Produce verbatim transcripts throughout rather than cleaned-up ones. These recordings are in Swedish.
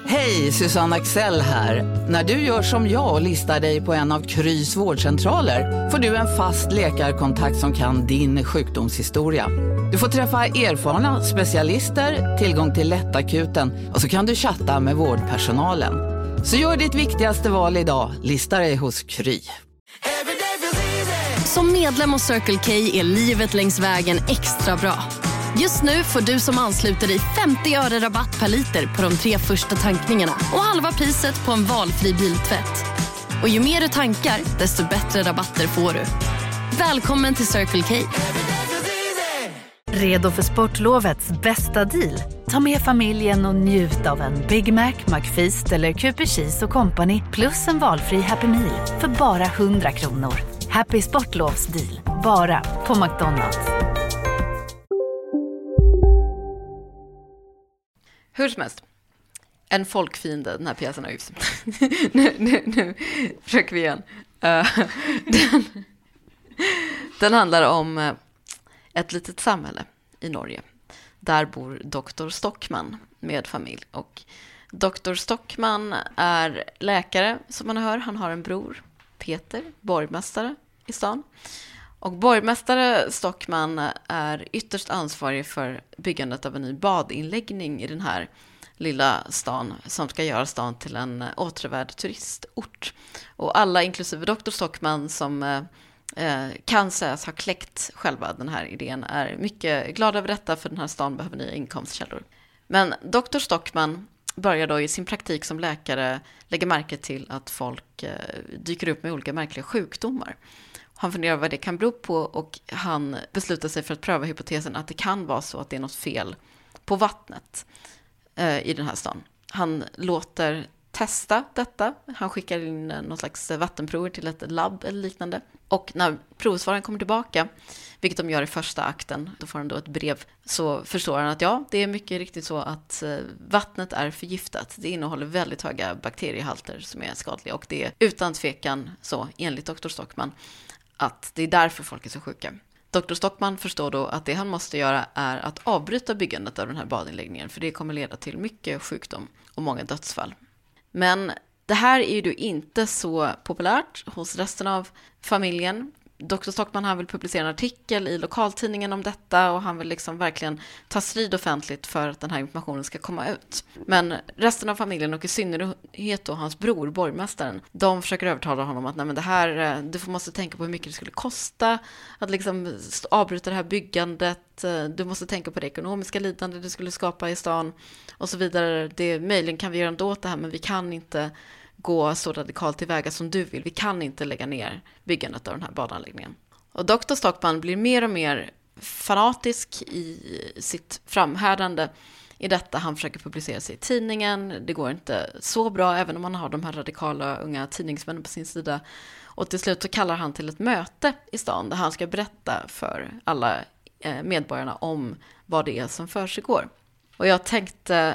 Hej, Susanne Axel här. När du gör som jag och listar dig på en av Krys vårdcentraler får du en fast läkarkontakt som kan din sjukdomshistoria. Du får träffa erfarna specialister, tillgång till lättakuten och så kan du chatta med vårdpersonalen. Så gör ditt viktigaste val idag, listar dig hos Kry. Som medlem hos Circle K är livet längs vägen extra bra. Just nu får du som ansluter dig femtio öre rabatt per liter på de tre första tankningarna och halva priset på en valfri biltvätt. Och ju mer du tankar, desto bättre rabatter får du. Välkommen till Circle K. Redo för sportlovets bästa deal? Ta med familjen och njut av en Big Mac, McFeast eller Cooper Cheese och Company plus en valfri Happy Meal för bara hundra kronor. Happy Sportlovs deal, bara på McDonald's. Hur som helst, en folkfiende, den här pjäsen har ju... nu, nu, nu försöker vi igen. Uh, den, den handlar om uh, ett litet samhälle i Norge. Där bor doktor Stockman med familj. Och doktor Stockman är läkare, som man hör. Han har en bror, Peter, borgmästare i stan. Och borgmästare Stockman är ytterst ansvarig för byggandet av en ny badinläggning i den här lilla stan som ska göra stan till en återvärd turistort. Och alla, inklusive doktor Stockman, som eh, kan sägas ha kläckt själva den här idén, är mycket glada över detta, för den här stan behöver nya inkomstkällor. Men doktor Stockman börjar då i sin praktik som läkare lägga märke till att folk eh, dyker upp med olika märkliga sjukdomar. Han funderar vad det kan bero på och han beslutar sig för att pröva hypotesen att det kan vara så att det är något fel på vattnet eh, i den här stan. Han låter testa detta. Han skickar in någon slags vattenprover till ett labb eller liknande. Och när provsvaren kommer tillbaka, vilket de gör i första akten, då får han då ett brev, så förstår han att ja, det är mycket riktigt så att eh, vattnet är förgiftat. Det innehåller väldigt höga bakteriehalter som är skadliga, och det är utan tvekan så, enligt doktor Stockman, att det är därför folk är så sjuka. doktor Stockman förstår då att det han måste göra är att avbryta byggandet av den här badinläggningen, för det kommer leda till mycket sjukdom och många dödsfall. Men det här är ju då inte så populärt hos resten av familjen. doktor Stockman, han vill publicera en artikel i lokaltidningen om detta, och han vill liksom verkligen ta strid offentligt för att den här informationen ska komma ut. Men resten av familjen, och i synnerhet då hans bror, borgmästaren, de försöker övertala honom att nej, men det här, du måste tänka på hur mycket det skulle kosta att liksom avbryta det här byggandet. Du måste tänka på det ekonomiska lidande det skulle skapa i stan och så vidare. Det, möjligen kan vi göra ändå åt det här, men vi kan inte gå så radikalt tillväga som du vill. Vi kan inte lägga ner byggandet av den här badanläggningen. Och doktor Stockman blir mer och mer fanatisk i sitt framhärdande i detta. Han försöker publicera sig i tidningen. Det går inte så bra, även om man har de här radikala unga tidningsmännen på sin sida. Och till slut så kallar han till ett möte i stan där han ska berätta för alla medborgarna om vad det är som försiggår. Och jag tänkte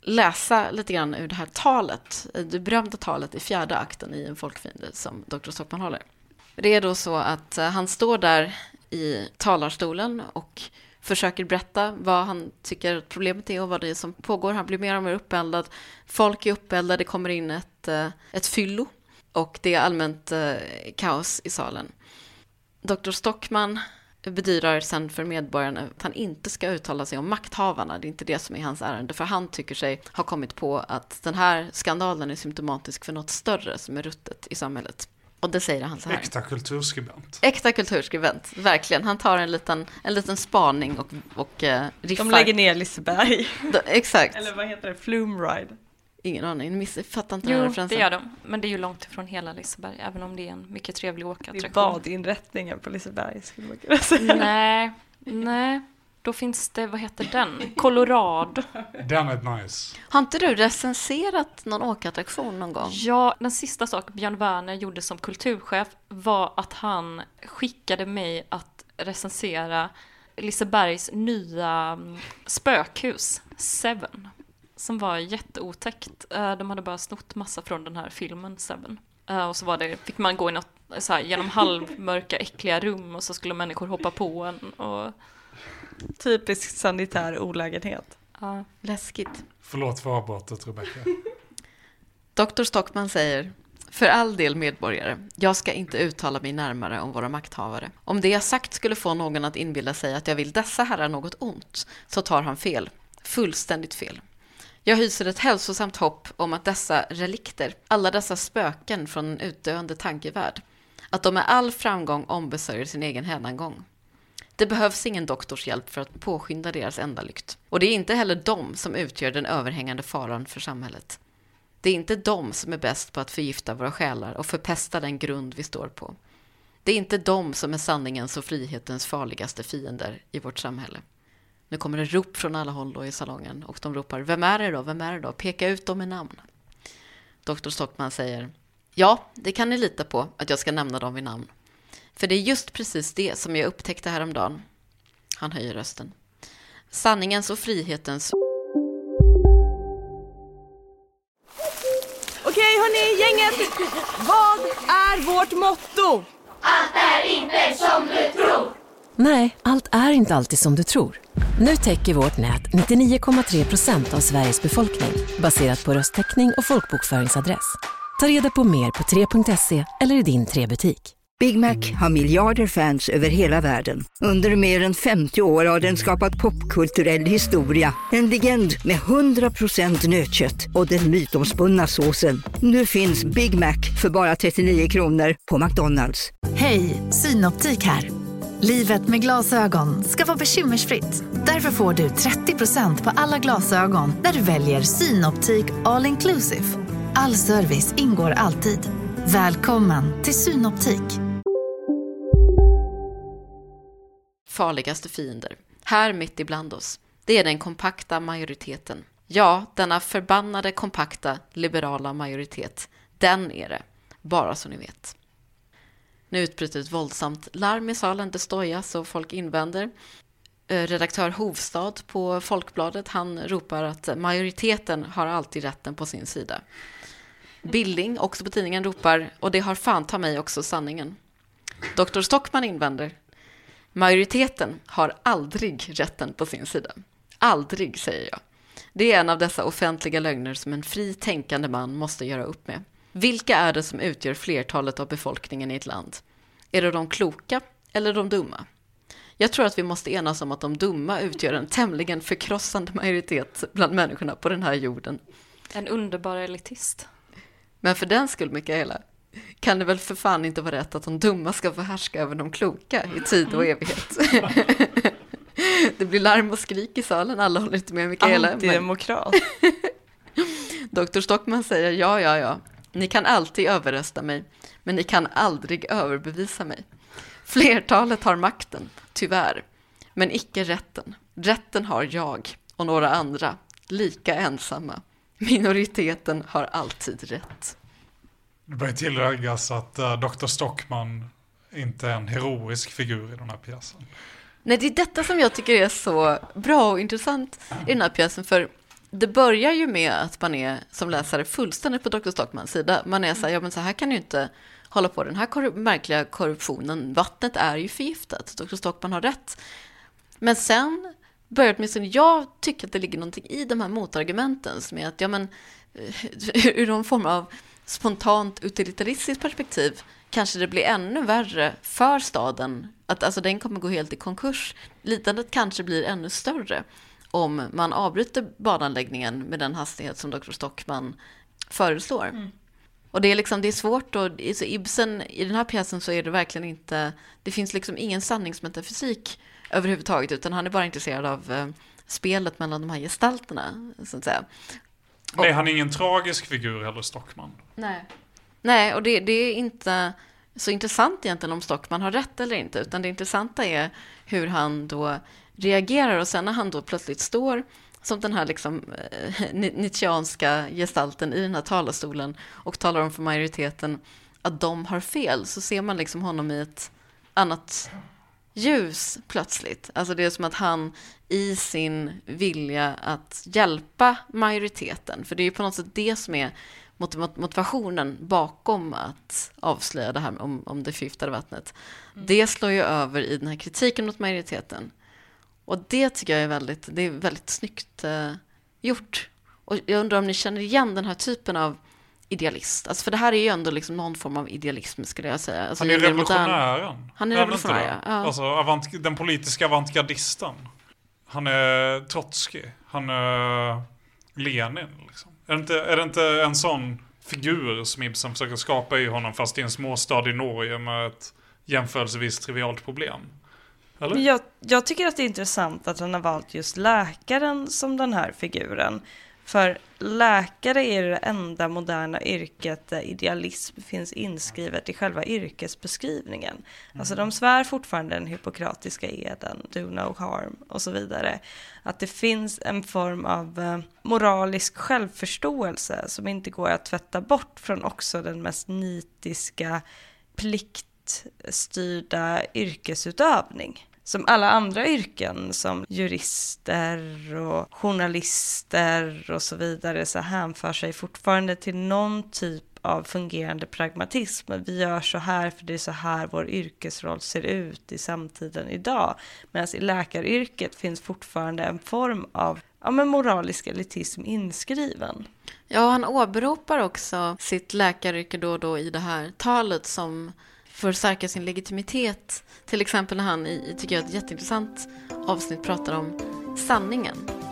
läsa lite grann ur det här talet, det berömda talet i fjärde akten i En folkfiende som doktor Stockman håller. Det är då så att han står där i talarstolen och försöker berätta vad han tycker att problemet är och vad det är som pågår. Han blir mer och mer uppeldad. Folk är uppeldade, det kommer in ett, ett fyllo och det är allmänt kaos i salen. doktor Stockman bedyrar sen för medborgarna att han inte ska uttala sig om makthavarna. Det är inte det som är hans ärende, för han tycker sig ha kommit på att den här skandalen är symptomatisk för något större som är ruttet i samhället. Och det säger han så här. Äkta kulturskribent. Äkta kulturskribent, verkligen. Han tar en liten, en liten spaning och, och uh, riffar. De lägger ner Liseberg. De, exakt. Eller vad heter det? Flume Ride. Ingen aning, jag fattar inte jo, den referensen. Det gör de, men det är ju långt ifrån hela Liseberg, även om det är en mycket trevlig åkattraktion. Det är badinrättningar på Liseberg, skulle man kunna säga. Nej, nej. Då finns det, vad heter den? Colorado. Den är nice. Har inte du recenserat någon åkattraktion någon gång? Ja, den sista sak Björn Werner gjorde som kulturchef var att han skickade mig att recensera Lisebergs nya spökhus, Seven. Som var jätteotäckt. De hade bara snott massa från den här filmen Seven. Och så var det, fick man gå i något, så här, genom halvmörka, äckliga rum och så skulle människor hoppa på en. Och... Typisk sanitär olägenhet. Ja, läskigt. Förlåt för avbrottet, Rebecca. doktor Stockman säger: för all del medborgare, jag ska inte uttala mig närmare om våra makthavare. Om det jag sagt skulle få någon att inbilla sig att jag vill dessa herrar något ont, så tar han fel. Fullständigt fel. Jag hyser ett hälsosamt hopp om att dessa relikter, alla dessa spöken från en utdöende tankevärld, att de med all framgång ombesörjer sin egen hädangång. Det behövs ingen doktors hjälp för att påskynda deras ändalykt. Och det är inte heller de som utgör den överhängande faran för samhället. Det är inte de som är bäst på att förgifta våra själar och förpesta den grund vi står på. Det är inte de som är sanningens och frihetens farligaste fiender i vårt samhälle. Nu kommer det rop från alla håll då i salongen och de ropar: vem är det då, vem är det då? Peka ut dem med namn. doktor Stockman säger: ja, det kan ni lita på att jag ska nämna dem vid namn. För det är just precis det som jag upptäckte häromdagen. Han höjer rösten. Sanningens och frihetens... Okej hörni, gänget! Vad är vårt motto? Allt är inte som du tror! Nej, allt är inte alltid som du tror. Nu täcker vårt nät nittionio komma tre procent av Sveriges befolkning baserat på röstteckning och folkbokföringsadress. Ta reda på mer på tre punkt se eller i din tre-butik. Big Mac har miljarder fans över hela världen. Under mer än femtio år har den skapat popkulturell historia. En legend med hundra procent nötkött och den mytomspunna såsen. Nu finns Big Mac för bara trettionio kronor på McDonalds. Hej, Synoptik här. Livet med glasögon ska vara bekymmersfritt. Därför får du trettio procent på alla glasögon när du väljer Synoptik All Inclusive. All service ingår alltid. Välkommen till Synoptik. Farligaste fiender. Här mitt ibland oss. Det är den kompakta majoriteten. Ja, denna förbannade kompakta liberala majoritet. Den är det. Bara så ni vet. Nu utbryter ett våldsamt larm i salen. Det stojas och folk invänder. Redaktör Hovstad på Folkbladet, han ropar att majoriteten har alltid rätten på sin sida. Billing, också på tidningen, ropar: och det har fan ta mig också sanningen. doktor Stockman invänder: majoriteten har aldrig rätten på sin sida. Aldrig, säger jag. Det är en av dessa offentliga lögner som en fri tänkande man måste göra upp med. Vilka är det som utgör flertalet av befolkningen i ett land? Är det de kloka eller de dumma? Jag tror att vi måste enas om att de dumma utgör en tämligen förkrossande majoritet bland människorna på den här jorden. En underbar elitist. Men för den skull, Mikaela, kan det väl för fan inte vara rätt att de dumma ska få härska över de kloka i tid och evighet. Det blir larm och skrik i salen, alla håller inte med Mikaela. Antidemokrat. Men... doktor Stockman säger: ja, ja, ja. Ni kan alltid överrösta mig, men ni kan aldrig överbevisa mig. Flertalet har makten, tyvärr, men icke rätten. Rätten har jag och några andra, lika ensamma. Minoriteten har alltid rätt. Det bör tilläggas att uh, doktor Stockman inte är en heroisk figur i den här pjäsen. Nej, det är detta som jag tycker är så bra och intressant i den här pjäsen, för det börjar ju med att man är som läsare fullständigt på doktor Stockmans sida. Man är så här, ja men så här kan ju inte hålla på, den här korrup- märkliga korruptionen. Vattnet är ju förgiftat. doktor Stockman har rätt. Men sen börjar åtminstone jag tycka att det ligger någonting i de här motargumenten som är att, ja men ur någon form av spontant utilitaristiskt perspektiv kanske det blir ännu värre för staden. Att alltså den kommer gå helt i konkurs. Lidandet kanske blir ännu större om man avbryter badanläggningen med den hastighet som doktor Stockman föreslår. Mm. Och det är liksom, det är svårt, och så Ibsen i den här pjäsen så är det verkligen inte, det finns liksom ingen sanningsmetafysik överhuvudtaget, utan han är bara intresserad av eh, spelet mellan de här gestalterna, så att säga. Och, nej, han är ingen tragisk figur heller, Stockman. Nej, nej och det, det är inte så intressant egentligen om Stockman har rätt eller inte, utan det intressanta är hur han då reagerar, och sen när han då plötsligt står som den här liksom eh, nietzscheanska gestalten i den här talarstolen och talar om för majoriteten att de har fel, så ser man liksom honom i ett annat ljus plötsligt. Alltså det är som att han i sin vilja att hjälpa majoriteten, för det är ju på något sätt det som är motivationen bakom att avslöja det här om, om det förgiftade vattnet. Mm. Det slår ju över i den här kritiken mot majoriteten. Och det tycker jag är väldigt, det är väldigt snyggt eh, gjort. Och jag undrar om ni känner igen den här typen av idealist. Alltså för det här är ju ändå liksom någon form av idealism, skulle jag säga. Alltså han är revolutionären. Modern... Han är revolutionär, ja. Alltså avant- den politiska avantgardisten. Han är Trotsky. Han är Lenin. Liksom. Är, det inte, är det inte en sån figur som Ibsen försöker skapa i honom, fast i en småstad i Norge med ett jämförelsevis trivialt problem? Eller? Jag, jag tycker att det är intressant att han har valt just läkaren som den här figuren. För läkare är det enda moderna yrket där idealism finns inskrivet i själva yrkesbeskrivningen. Mm. Alltså de svär fortfarande den hippokratiska eden, do no harm och så vidare. Att det finns en form av eh, moralisk självförståelse som inte går att tvätta bort från också den mest nitiska, pliktstyrda yrkesutövning. Som alla andra yrken, som jurister och journalister och så vidare, så hänför sig fortfarande till någon typ av fungerande pragmatism. Vi gör så här för det är så här vår yrkesroll ser ut i samtiden idag. Medan i läkaryrket finns fortfarande en form av ja, men moralisk elitism inskriven. Ja, han åberopar också sitt läkaryrke då och då i det här talet som förstärka sin legitimitet. Till exempel när han i, tycker jag, ett jätteintressant avsnitt pratar om sanningen.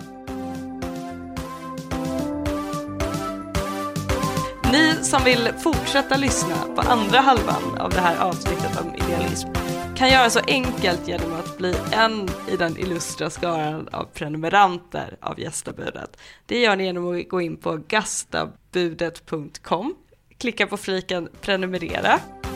Ni som vill fortsätta lyssna på andra halvan av det här avsnittet om idealism kan göra så enkelt genom att bli en i den illustra skaran av prenumeranter av Gästabudet. Det gör ni genom att gå in på gastabudet punkt com, klicka på fliken prenumerera.